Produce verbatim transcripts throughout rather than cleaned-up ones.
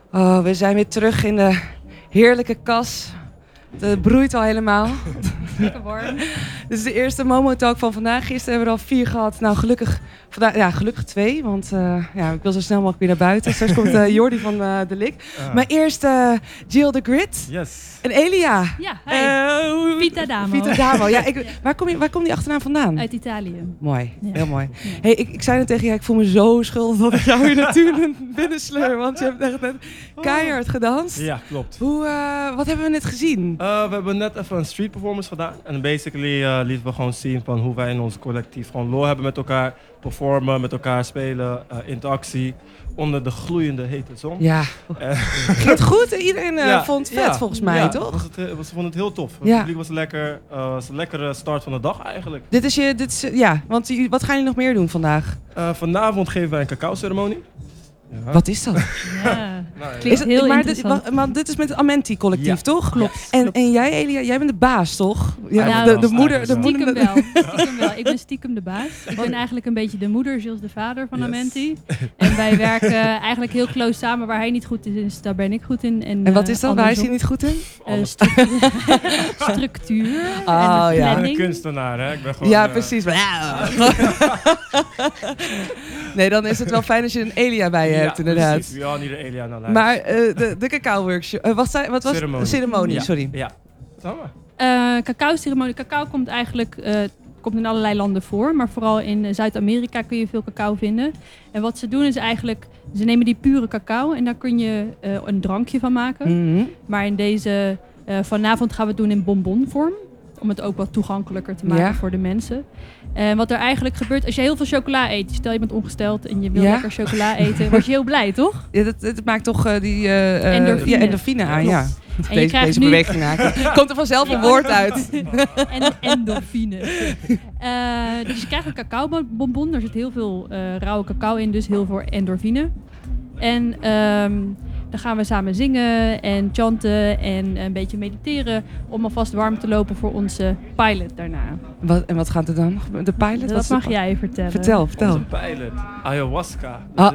Oh, we zijn weer terug in de heerlijke kas. Het broeit al helemaal. Lekker warm. Dit is de eerste Momo Talk van vandaag. Gisteren hebben we er al vier gehad. Nou, gelukkig, vandaag, ja, gelukkig twee. Want uh, ja, ik wil zo snel mogelijk weer naar buiten. Straks komt uh, Jordi van uh, de Lik. Uh. Maar eerst uh, Jill the Grid. Yes. En Elia. Ja, hi. Uh, Vita Damo. Vita Damo. Ja, ik, waar, kom je, waar komt die achternaam vandaan? Uit Italië. Mooi, ja. heel mooi. Ja. Hey, ik, ik zei net tegen je, ik voel me zo schuldig dat ik jou hier naartoe binnensleur. Want je hebt echt net keihard gedanst. Ja, klopt. Hoe, uh, wat hebben we net gezien? Uh, we hebben net even een street performance gedaan. En basically uh, lieten we gewoon zien van hoe wij in ons collectief gewoon lol hebben met elkaar. Performen, met elkaar spelen, uh, interactie. Onder de gloeiende hete zon. Ja. Ging het goed? Iedereen uh, ja, vond het vet ja, volgens mij, ja, toch? Was het, was, ze vonden het heel tof. Het ja. publiek was lekker. Uh, was een lekkere start van de dag eigenlijk. Dit is je, dit is, ja, want wat gaan jullie nog meer doen vandaag? Uh, vanavond geven wij een cacao-ceremonie. Ja. Wat is dat? Ja, nou, ja. klinkt heel maar interessant. Dit, maar dit is met het Amenti-collectief, ja. toch? Klopt. En, klopt. en jij, Elia, jij bent de baas, toch? Ja, nou, de, de, de moeder. De stiekem moeder wel. Stiekem wel. Ik ben stiekem de baas. Ik ben eigenlijk een beetje de moeder, Jules de vader van yes. Amenti. En wij werken eigenlijk heel close samen. Waar hij niet goed in is, daar ben ik goed in. En, en wat is dat? uh, waar is hij niet goed in? Uh, structuur. structuur oh, en ja. Ik ben een kunstenaar, hè? Ik ben gewoon, ja, uh... precies. Nee, dan is het wel fijn als je een Elia bij je ja, hebt, inderdaad. Precies. We all need een Elia naar maar uh, de, de cacao-workshop, uh, wat, zei, wat was ceremonie. de ceremonie? Ja. Sorry. Ja. Uh, cacao-ceremonie. Cacao komt eigenlijk uh, komt in allerlei landen voor, maar vooral in uh, Zuid-Amerika kun je veel cacao vinden. En wat ze doen is eigenlijk, ze nemen die pure cacao en daar kun je uh, een drankje van maken. Mm-hmm. Maar in deze, uh, vanavond gaan we het doen in bonbonvorm. Om het ook wat toegankelijker te maken ja. voor de mensen. En wat er eigenlijk gebeurt, als je heel veel chocola eet, stel je bent ongesteld en je wil ja? lekker chocola eten, word je heel blij, toch? Ja, dat, dat maakt toch uh, die uh, endorfine. Ja, endorfine aan, ja. En deze je deze nu... beweging maken. Komt er vanzelf ja. een woord uit. en endorfine. uh, dus je krijgt een cacaobonbon, er zit heel veel uh, rauwe cacao in, dus heel veel endorfine. En um, dan gaan we samen zingen en chanten en een beetje mediteren om alvast warm te lopen voor onze pilot daarna. Wat, en wat gaat er dan? De pilot? Dat mag jij vertellen. Vertel, vertel. Onze pilot, ayahuasca. Ah.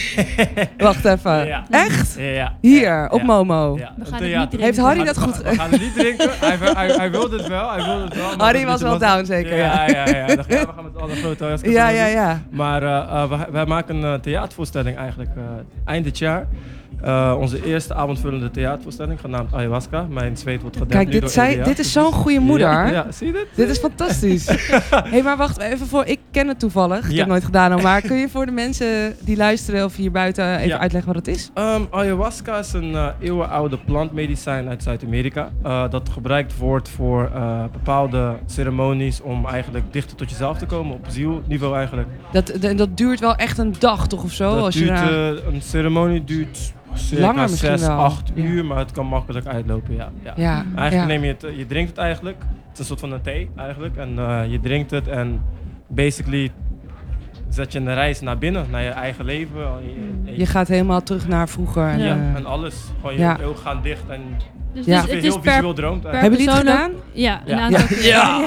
Wacht even. Ja. Echt? Ja. Hier, ja. op Momo. Ja. We gaan het niet drinken. Heeft Harry dat goed? We gaan het niet drinken. Hij, hij, hij wilde het wel. Hij wilde het wel Harry was wel down, zeker. Ja, ja, ja. ja. Dan gaan we gaan met alle grote ayahuasca. Ja, ja, ja. Maar uh, uh, wij, wij maken een theatervoorstelling eigenlijk uh, eind dit jaar. Uh, onze eerste avondvullende theatervoorstelling, genaamd Ayahuasca. Mijn zweet wordt gedempt. Kijk, dit, zei, dit is zo'n goede moeder. Ja, ja, zie je dit? Dit is fantastisch. Hé, hey, maar wacht even voor. Ik ken het toevallig. Ik ja. heb het nooit gedaan, maar kun je voor de mensen die luisteren of hier buiten even ja. uitleggen wat het is? Um, ayahuasca is een uh, eeuwenoude plantmedicijn uit Zuid-Amerika. Uh, dat gebruikt wordt voor uh, bepaalde ceremonies om eigenlijk dichter tot jezelf te komen, op zielniveau eigenlijk. Dat, de, dat duurt wel echt een dag toch of zo? Dat als duurt, je naar... uh, een ceremonie duurt circa zes, acht uur, maar het kan makkelijk uitlopen, ja. ja. ja eigenlijk ja. neem je het, je drinkt het eigenlijk. Het is een soort van een thee eigenlijk. En uh, je drinkt het en basically zet je een reis naar binnen, naar je eigen leven. Je, je, je gaat helemaal terug naar vroeger. En, ja, uh, en alles. Gewoon je ja. ogen gaan dicht en dus ja. dus je het heel is per, visueel droomt. per Hebben jullie het gedaan? Ja, een ja. aantal ja. keer. Ja.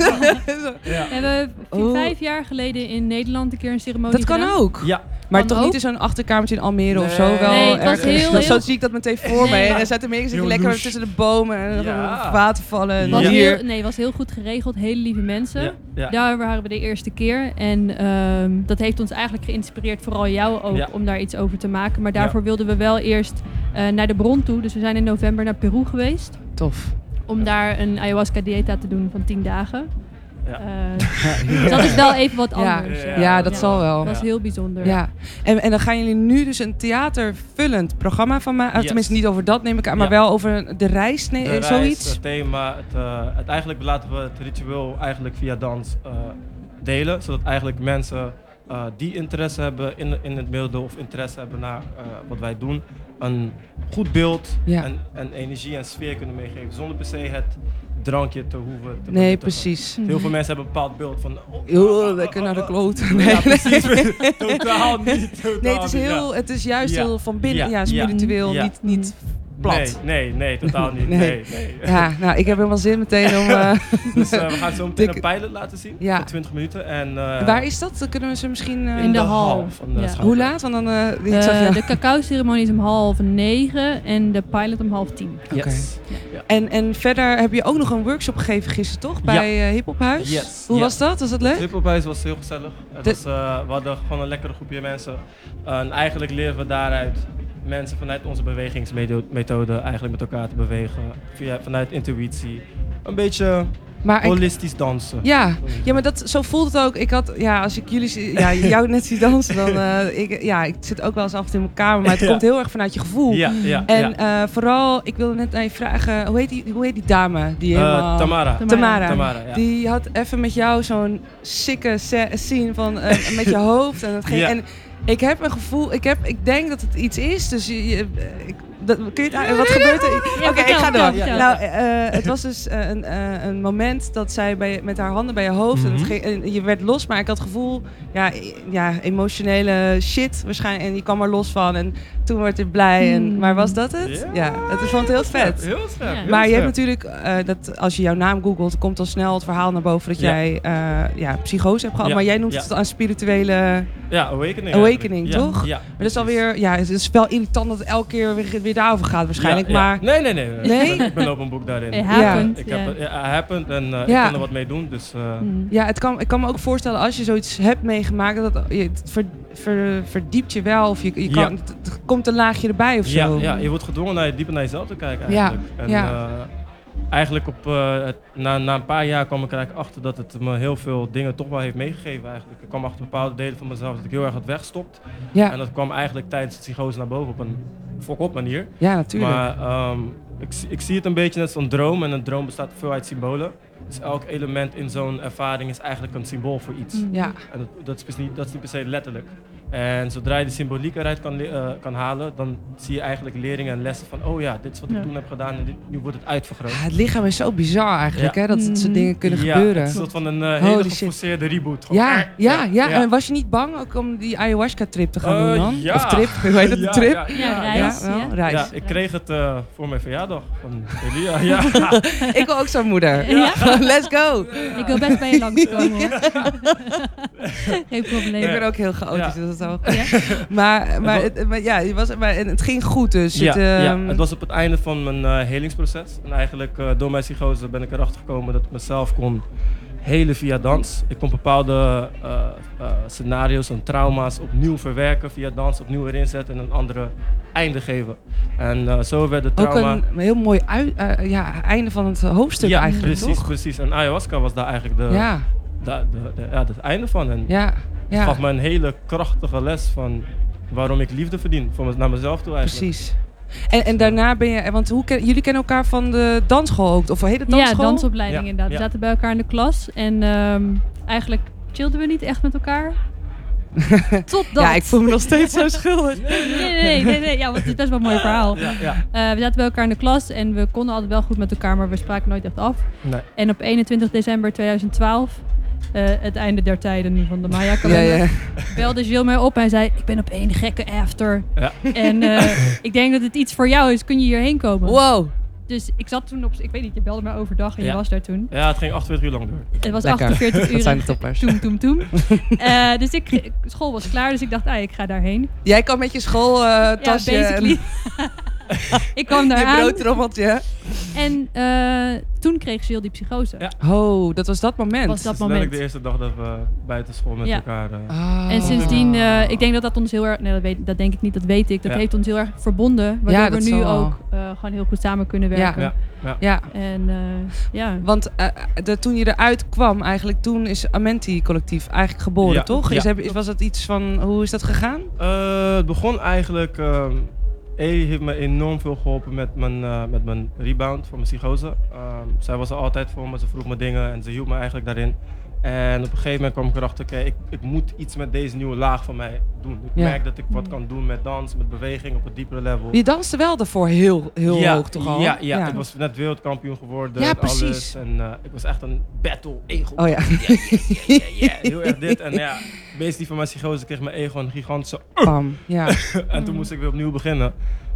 ja. We hebben oh. vijf jaar geleden in Nederland een keer een ceremonie Dat kan gedaan. ook? Ja. Maar kan toch ook? niet in zo'n achterkamertje in Almere nee. of zo? Wel nee, ergens. Heel, heel... Zo heel... zie ik dat meteen voor nee. me. En Zuid-Amerika zit je lekker loes. tussen de bomen en ja. watervallen. En was ja. heel, nee, het was heel goed geregeld. Hele lieve mensen. Ja. Ja. Daar waren we de eerste keer. En um, dat heeft ons eigenlijk geïnspireerd, vooral jou ook, ja. om daar iets over te maken. Maar daarvoor ja. wilden we wel eerst uh, naar de bron toe. Dus we zijn in november naar Peru geweest. Tof. Om daar een ayahuasca-dieta te doen van tien dagen. Ja. Uh, dus dat is wel even wat anders. Ja, ja. ja dat ja. zal wel. Dat was heel bijzonder. Ja. En, en dan gaan jullie nu dus een theatervullend programma van maken. Yes. Tenminste niet over dat neem ik aan, maar ja. wel over de reis, nee, de reis, zoiets? Het thema. Het, uh, het eigenlijk laten we het ritueel eigenlijk via dans uh, delen. Zodat eigenlijk mensen uh, die interesse hebben in, in het middel of interesse hebben naar uh, wat wij doen, een goed beeld ja. en, en energie en sfeer kunnen meegeven. Zonder per se het drankje te hoeven te Nee, precies. Heel veel mensen hebben een bepaald beeld van... Oh, oh, lekker naar de kloot. Nee, ja, precies. Totaal niet. Totaal nee, het is, heel, ja. het is juist ja. heel van binnen, ja, ja, spiritueel, ja. niet... niet plat. Nee, nee, nee, totaal niet. Nee. Nee. Nee, Ja, nou, ik heb helemaal zin meteen om... Uh, dus uh, we gaan zo meteen Dikke- een pilot laten zien Ja. van twintig minuten. En, uh, waar is dat? Dan kunnen we ze misschien... uh, In de hal. van de Ja. Schouwburg. Hoe laat? Want dan... Uh, ik Eh, zag, ja. De cacao-ceremonie is om half negen en de pilot om half tien. Oké. Yes. En, en verder heb je ook nog een workshop gegeven gisteren, toch? Bij uh, Hip Hop Huis? Yes. Hoe Ja. was dat? Was dat leuk? Het Hip-hophuis was heel gezellig. Het De- was, uh, we hadden gewoon een lekkere groepje mensen. Uh, en eigenlijk leren we daaruit mensen vanuit onze bewegingsmethode eigenlijk met elkaar te bewegen. Via, vanuit intuïtie. Een beetje Maar ik, holistisch dansen. ja. ja, maar dat, zo voelt het ook. Ik had, ja, als ik jullie, zie- ja, jou net zie dansen, dan, uh, ik, ja, ik zit ook wel eens af en toe in mijn kamer, maar het Ja. komt heel erg vanuit je gevoel. Ja, ja, En ja. uh, vooral, ik wilde net aan je vragen, hoe heet die, hoe heet die dame? Die Uh, helemaal... Tamara. Tamara. Tamara, ja. Die had even met jou zo'n sikke se- scene van uh, met je hoofd. En, het ging, Ja. en ik heb een gevoel, ik, heb, ik denk dat het iets is. Dus je, je- ik, dat, kun je het, aan- wat gebeurt er? Ja, Oké, ik vertel, ga door. vertel, vertel. Nou, eh, het was dus eh, een, eh, een moment dat zij bij, met haar handen bij je hoofd. en, het Mhm. ging, en je werd los, maar ik had het gevoel, ja, e- ja, emotionele shit waarschijnlijk. En je kwam er los van. En toen werd ik blij. En, Hmm. maar was dat het? Ja. Ja, het ik vond het heel vet. Heel scherp. Ja. heel Maar je hebt scherp. natuurlijk, eh, dat als je jouw naam googelt, komt al snel het verhaal naar boven dat Ja. jij eh, ja, psychose hebt gehad. Ja. Maar jij noemt Ja. het aan spirituele... Ja, awakening. Awakening, eigenlijk. toch? Ja, Maar dat is alweer, ja, het is wel irritant dat het elke keer weer, weer daarover gaat waarschijnlijk. Ja, ja. Maar Nee, nee, nee. Nee? Ik ben, ik ben op een boek daarin. It happened, Ik ja. heb, ja, it happened en uh, Ja. ik kan er wat mee doen. Dus, uh, Mm. ja, het kan, ik kan me ook voorstellen als je zoiets hebt meegemaakt, dat het, je- het ver, ver- verdiept je wel. Of je, je kan, Ja. het, het komt een laagje erbij of ja, zo. ja, je wordt gedwongen naar je, dieper naar jezelf te kijken Ja, eigenlijk. En, ja. uh, eigenlijk op, uh, het, na, na een paar jaar kwam ik er eigenlijk achter dat het me heel veel dingen toch wel heeft meegegeven eigenlijk. Ik kwam achter bepaalde delen van mezelf dat ik heel erg had weggestopt. Ja, En dat kwam eigenlijk tijdens de psychose naar boven op een fok-op manier. ja, natuurlijk. Maar um, ik, zie- ik zie het een beetje net als een droom en een droom bestaat veel uit symbolen. Dus elk element in zo'n ervaring is eigenlijk een symbool voor iets. Mm. ja, En dat, dat, is dus niet, dat is niet per se letterlijk. En zodra je de symboliek eruit kan, le- uh, kan halen, dan zie je eigenlijk leringen en lessen van oh ja, dit is wat ik Ja. toen heb gedaan en dit, nu wordt het uitvergroot. Ja, het lichaam is zo bizar eigenlijk, Ja. hè, dat het soort Mhm. dingen kunnen ja, gebeuren. het is een soort van een uh, Holy hele shit. geforceerde reboot. Gewoon, Ja, eh, ja, ja, En was je niet bang ook om die ayahuasca-trip te gaan Uh, doen dan? ja. Of trip, hoe heet het, Ja, trip? Ja, ja, Ja, ja. reis. Ja, wel, ja. reis. Ja, ik kreeg het uh, voor mijn verjaardag van Elia. Ja. Ik wil ook zo'n moeder. Ja? Let's go! Ik wil best bij je langskomen hoor. Geen probleem. Ik ben ook heel chaotisch, Ja. dus dat is ook. Ja? Maar, maar, wa- het, maar ja, je was, maar en het ging goed dus. Ja, het, ja, ehm, het was op het einde van mijn uh, helingsproces. En eigenlijk uh, door mijn psychose ben ik erachter gekomen dat ik mezelf kon helen via dans. Ik kon bepaalde uh, uh, scenario's en trauma's opnieuw verwerken via dans, opnieuw erin zetten en een andere einde geven. En uh, zo werd de ook trauma... een heel mooi ui- eh, ja, einde van het hoofdstuk ja, eigenlijk, precies, toch? precies. En ayahuasca was daar eigenlijk de, Ja, de, de, de- ja, het einde van. En ja, het gaf ja, me een hele krachtige les van waarom ik liefde verdien, voor me, naar mezelf toe eigenlijk. precies. En, en daarna ben je, want hoe ken, jullie kennen elkaar van de dansschool ook, of hoe heet het Ja, dansschool? dansopleiding Ja, inderdaad. ja. We zaten bij elkaar in de klas en ehm, eigenlijk chillden we niet echt met elkaar. Tot dat. Ja, ik voel me nog steeds zo schuldig. Nee, nee, nee, nee, nee. Ja, want het is best wel een mooi verhaal. Ja, ja. Eh, we zaten bij elkaar in de klas en we konden altijd wel goed met elkaar, maar we spraken nooit echt af. Nee. En op eenentwintig december tweeduizend twaalf, eh, het einde der tijden van de Ja, Maya-kalender, ja. belde Gilles mij op en hij zei, ik ben op één gekke after. Ja. En eh, ik denk dat het iets voor jou is, kun je hierheen komen? Wow. Dus ik zat toen op, ik weet niet, je belde mij overdag en Ja. je was daar toen. Ja, het ging achtenveertig uur lang door. Het was Lekker. achtenveertig uur. Dat zijn de toppers. Toem, toem, toem. Eh, dus ik, school was klaar, dus ik dacht, ah, ik ga daarheen. Jij kan met je schooltasje ja, basically. Ik kwam daar je aan broodrommeltje. en eh, toen kreeg Gilles die psychose. Ja. Oh, dat was dat moment. Was dat Het is letterlijk moment. de eerste dag dat we buiten school met Ja. elkaar... uh, Ah. En sindsdien, eh, ik denk dat dat ons heel erg, nee dat, weet, dat denk ik niet, dat weet ik, dat Ja. heeft ons heel erg verbonden. Waardoor Ja, dat we nu zal wel. ook eh, gewoon heel goed samen kunnen werken. ja, ja. Ja, En eh, ja. want eh, de, toen je eruit kwam, eigenlijk toen is Amenti Collectief eigenlijk geboren, Ja, toch? Is, ja. heb, is, was dat iets van, hoe is dat gegaan? Uh, het begon eigenlijk... Um, Ellie heeft me enorm veel geholpen met mijn, uh, met mijn rebound van mijn psychose. Um, zij was er altijd voor me, ze vroeg me dingen en ze hielp me eigenlijk daarin. En op een gegeven moment kwam ik erachter, oké, ik, ik moet iets met deze nieuwe laag van mij doen. Ik Ja. merk dat ik wat kan doen met dans, met beweging op een diepere level. Je danste wel daarvoor heel, heel ja, hoog toch al? Ja, ja, ik was net wereldkampioen geworden Ja, en alles. precies. En uh, ik was echt een battle ego. Oh ja. Ja, ja, ja, heel erg dit. En ja, basically van mijn psychose kreeg mijn ego een gigantische... Bam, ja. en toen moest ik weer opnieuw beginnen.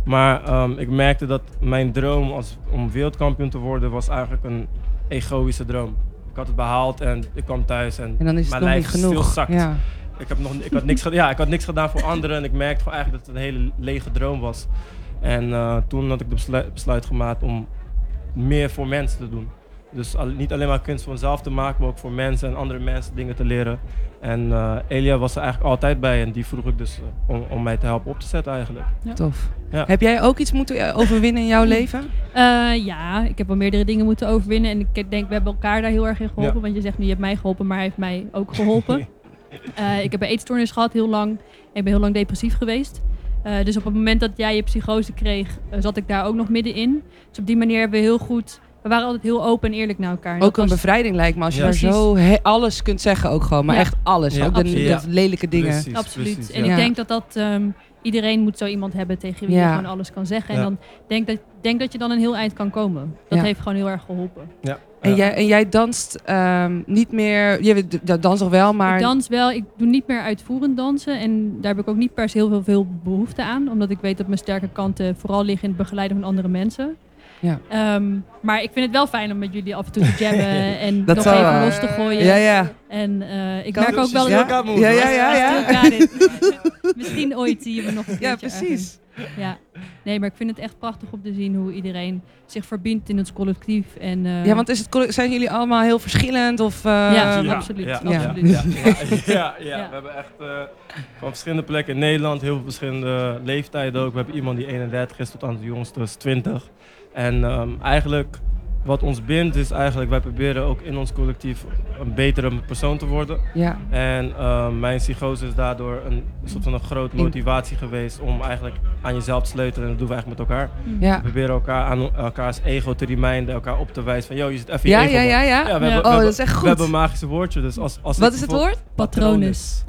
Maar um, ik merkte dat mijn droom als, om wereldkampioen te worden was eigenlijk een egoïsche droom. Ik had het behaald en ik kwam thuis en, En dan is het mijn nog lijf niet genoeg. stilzakt. Ja. Ik, heb nog, ik, had niks, ja, ik had niks gedaan voor anderen en ik merkte gewoon eigenlijk dat het een hele lege droom was. En uh, toen had ik de besluit, besluit gemaakt om meer voor mensen te doen. Dus al, niet alleen maar kunst voor mezelf te maken, maar ook voor mensen en andere mensen dingen te leren. En uh, Elia was er eigenlijk altijd bij en die vroeg ik dus uh, om, om mij te helpen op te zetten eigenlijk. Ja. Tof. Ja. Heb jij ook iets moeten overwinnen in jouw leven? Uh, ja, ik heb wel meerdere dingen moeten overwinnen. En ik denk, we hebben elkaar daar heel erg in geholpen. Ja. Want je zegt nu, je hebt mij geholpen, maar hij heeft mij ook geholpen. uh, ik heb een eetstoornis gehad heel lang. Ik ben heel lang depressief geweest. Uh, dus op het moment dat jij je psychose kreeg, uh, zat ik daar ook nog middenin. Dus op die manier hebben we heel goed... We waren altijd heel open en eerlijk naar elkaar. En Ook dat een was- bevrijding lijkt me als je Ja. daar zo he- alles kunt zeggen ook gewoon. Maar Ja. echt alles. Ja, ook de, absoluut. de lelijke dingen. Precies, Absoluut. precies, en ja. ik denk dat dat... Um, iedereen moet zo iemand hebben tegen wie Ja. je gewoon alles kan zeggen. Ja. En dan denk dat, denk dat je dan een heel eind kan komen. Dat Ja. heeft gewoon heel erg geholpen. Ja. En, Ja. jij, en jij danst um, niet meer... Je d- danst nog wel, maar... Ik dans wel. Ik doe niet meer uitvoerend dansen. En daar heb ik ook niet per se heel veel, veel behoefte aan. Omdat ik weet dat mijn sterke kanten vooral liggen in het begeleiden van andere mensen. Ja. Um, maar ik vind het wel fijn om met jullie af en toe te jammen. En Dat nog zal even wel. los te gooien. Ja, ja. En uh, ik Kan merk dus ook wel... je Ja, elkaar moeten, ja, ja, hoor. ja, ja. Elkaar in. Misschien ooit zie je me nog een Ja, keertje precies. ergens. Ja. Nee, maar ik vind het echt prachtig om te zien hoe iedereen zich verbindt in het collectief. En, uh, Ja, want is het, colle- zijn jullie allemaal heel verschillend? Of, uh, Ja, Ja, absoluut. ja, ja. absoluut. Ja, ja, ja, ja. Ja. We hebben echt uh, van verschillende plekken in Nederland, heel veel verschillende leeftijden ook. We hebben iemand die eenendertig is tot aan de jongste is twintig. En um, eigenlijk wat ons bindt is eigenlijk, wij proberen ook in ons collectief een betere persoon te worden. Ja. En uh, mijn psychose is daardoor een soort van een grote motivatie geweest om eigenlijk aan jezelf te sleutelen. En dat doen we eigenlijk met elkaar. Ja. We proberen elkaar aan elkaars ego te reminden, elkaar op te wijzen van, yo, je zit even in Ja, je ego. ja, ja, ja. we Ja. hebben, we Oh, hebben- dat is echt We goed. hebben een magisch woordje, dus als, als Wat ik is het bijvoorbeeld- woord? Patronus.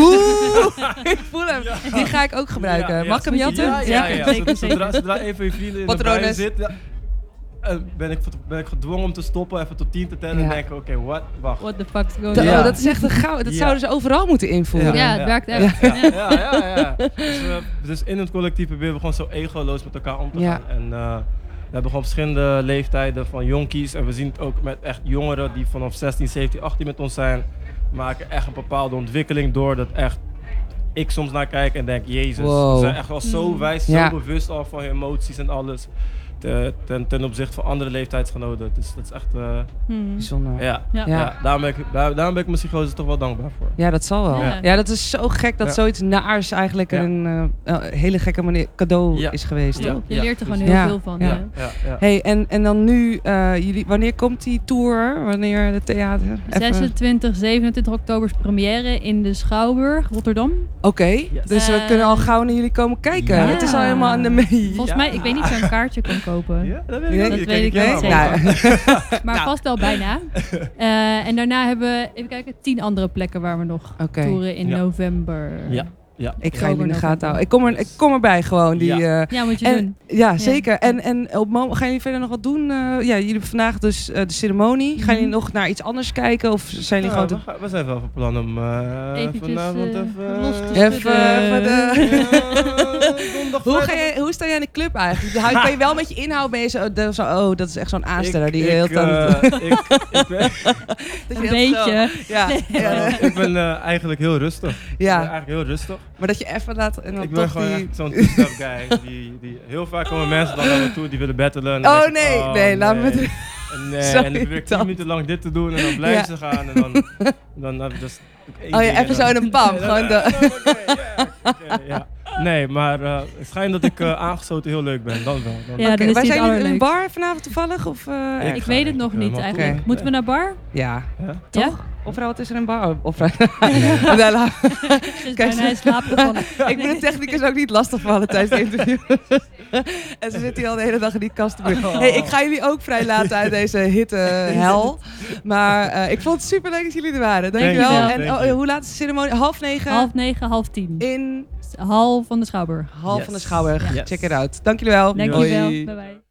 Oeh, ik voel hem. Die ga ik ook gebruiken. Ja, ja, Mag ik hem ja, jatten? Ja, ja, ja. Zeker, Zodra, zeker. zodra een van je vrienden in de Patronus. brein zit, ja, eh, ben, ik, ben ik gedwongen om te stoppen, even tot tien te tellen Ja. en denken, oké, wat? Wacht. What the fuck's going Da- on? Ja. Oh, dat is echt een goud. Dat Ja. zouden ze overal moeten invoeren. Ja, het werkt echt. Ja, ja, ja. ja. Dus, we- dus in het collectief proberen we gewoon zo egoloos met elkaar om te Ja. gaan. En uh, we hebben gewoon verschillende leeftijden van jonkies. En we zien het ook met echt jongeren die vanaf zestien, zeventien, achttien met ons zijn. Maken echt een bepaalde ontwikkeling door. Dat echt ik soms naar kijk en denk, jezus, Wow. ze zijn echt wel zo wijs, Ja. zo bewust al van hun emoties en alles. Te, ten, ten opzichte van andere leeftijdsgenoten. Dus dat is echt, uh, Hmm. Bijzonder. ja. Ja. Ja. Ja. daarom, ben ik, daar, daarom ben ik mijn psychose toch wel dankbaar voor. Ja, dat zal wel. Ja, Ja. dat is zo gek dat Ja. zoiets naars eigenlijk Ja. een uh, uh, hele gekke manier cadeau Ja. is geweest. Ja. toch? Je leert er gewoon precies. heel Ja. veel van. Ja. Ja. Ja, ja. Hey, en, en dan nu, uh, jullie, wanneer komt die tour? Wanneer de theater? Even- zesentwintig, zevenentwintig oktober is première in de Schouwburg, Rotterdam. Oké, dus we Eh, kunnen al gauw naar jullie komen kijken. Ja. Het is al helemaal aan de mee. Volgens Ja. mij, ik weet niet of je een kaartje kan kopen. Ja, dat weet Nee, ik dat niet. weet ik jou niet aan. zeker. Nou, Maar Nou. vast al bijna. Uh, en daarna hebben we, even kijken, tien andere plekken waar we nog Oké. toeren in Ja. november. Ja. Ja. ik ga Oktober, jullie in de gaten november. houden. Ik kom, er, ik kom erbij gewoon. Die, Ja. uh, Ja, moet je en, doen. ja, zeker. En, en op mo- gaan jullie verder nog wat doen? Uh, ja, jullie hebben vandaag dus uh, de ceremonie. Gaan Mhm. jullie nog naar iets anders kijken? Of zijn jullie Ja, gewoon... we, gaan- we zijn wel van plan om uh, Eventjes, vanavond uh, even... los te Te... Even, schudden. even de... Ja, donderdag, Hoe, ga vrijdag. je, hoe sta jij in de club eigenlijk? Hou- Kan je wel met je inhoud ben je zo, de- zo... Oh, dat is echt zo'n aansteller Ik- die je ik, heel tijd... eh, ik, ik ben, dat je Een heel beetje. zo- Ja, ja, ja, ik ben uh, eigenlijk heel rustig. Ik ben ja, eigenlijk heel rustig. maar dat je even laat... En dan Ik ben toch gewoon die... echt zo'n two-step guy. Die, die, heel vaak komen mensen dan naar me toe die willen battelen. En dan Oh denk ik, nee, nee, laat me... nee. met- En, nee, Zo en dan probeer ik tien irritant. minuten lang dit te doen en dan blijven Ja. ze gaan. En dan, dan, dan dus één Oh ja, ding en even dan- zo in een pam. Nee, Gewoon dan- de... Oké, ja, oké, ja. Nee, maar uh, het schijnt dat ik uh, aangesloten heel leuk ben. Dan wel. Dan Ja, wel. Oké, dat is wij niet zijn in een allerleukst. bar vanavond toevallig? Of, uh, Ik ergens? Ik ga weet het denk nog ik niet helemaal eigenlijk. toe. Moeten we naar bar? Ja, Ja? Ja? toch? Of vrouw, wat is er een bar? Of vrouw. Ja, nou, Dus Kijk, bijna in slaap gevallen. ik moet de technicus ook niet lastig vallen tijdens het interview. En ze zit hier al de hele dag in die kast te buren. Hey, ik ga jullie ook vrij laten uit deze hitte hel. Maar uh, ik vond het super leuk dat jullie er waren. Dankjewel. Dankjewel. En Thank oh, you. hoe laat is de ceremonie? Half negen? Half negen, half tien. In Hal van de Schouwburg. half Yes. van de Schouwburg. Yes. Check it out. Dank jullie wel. Dankjewel. Hoi. Bye bye.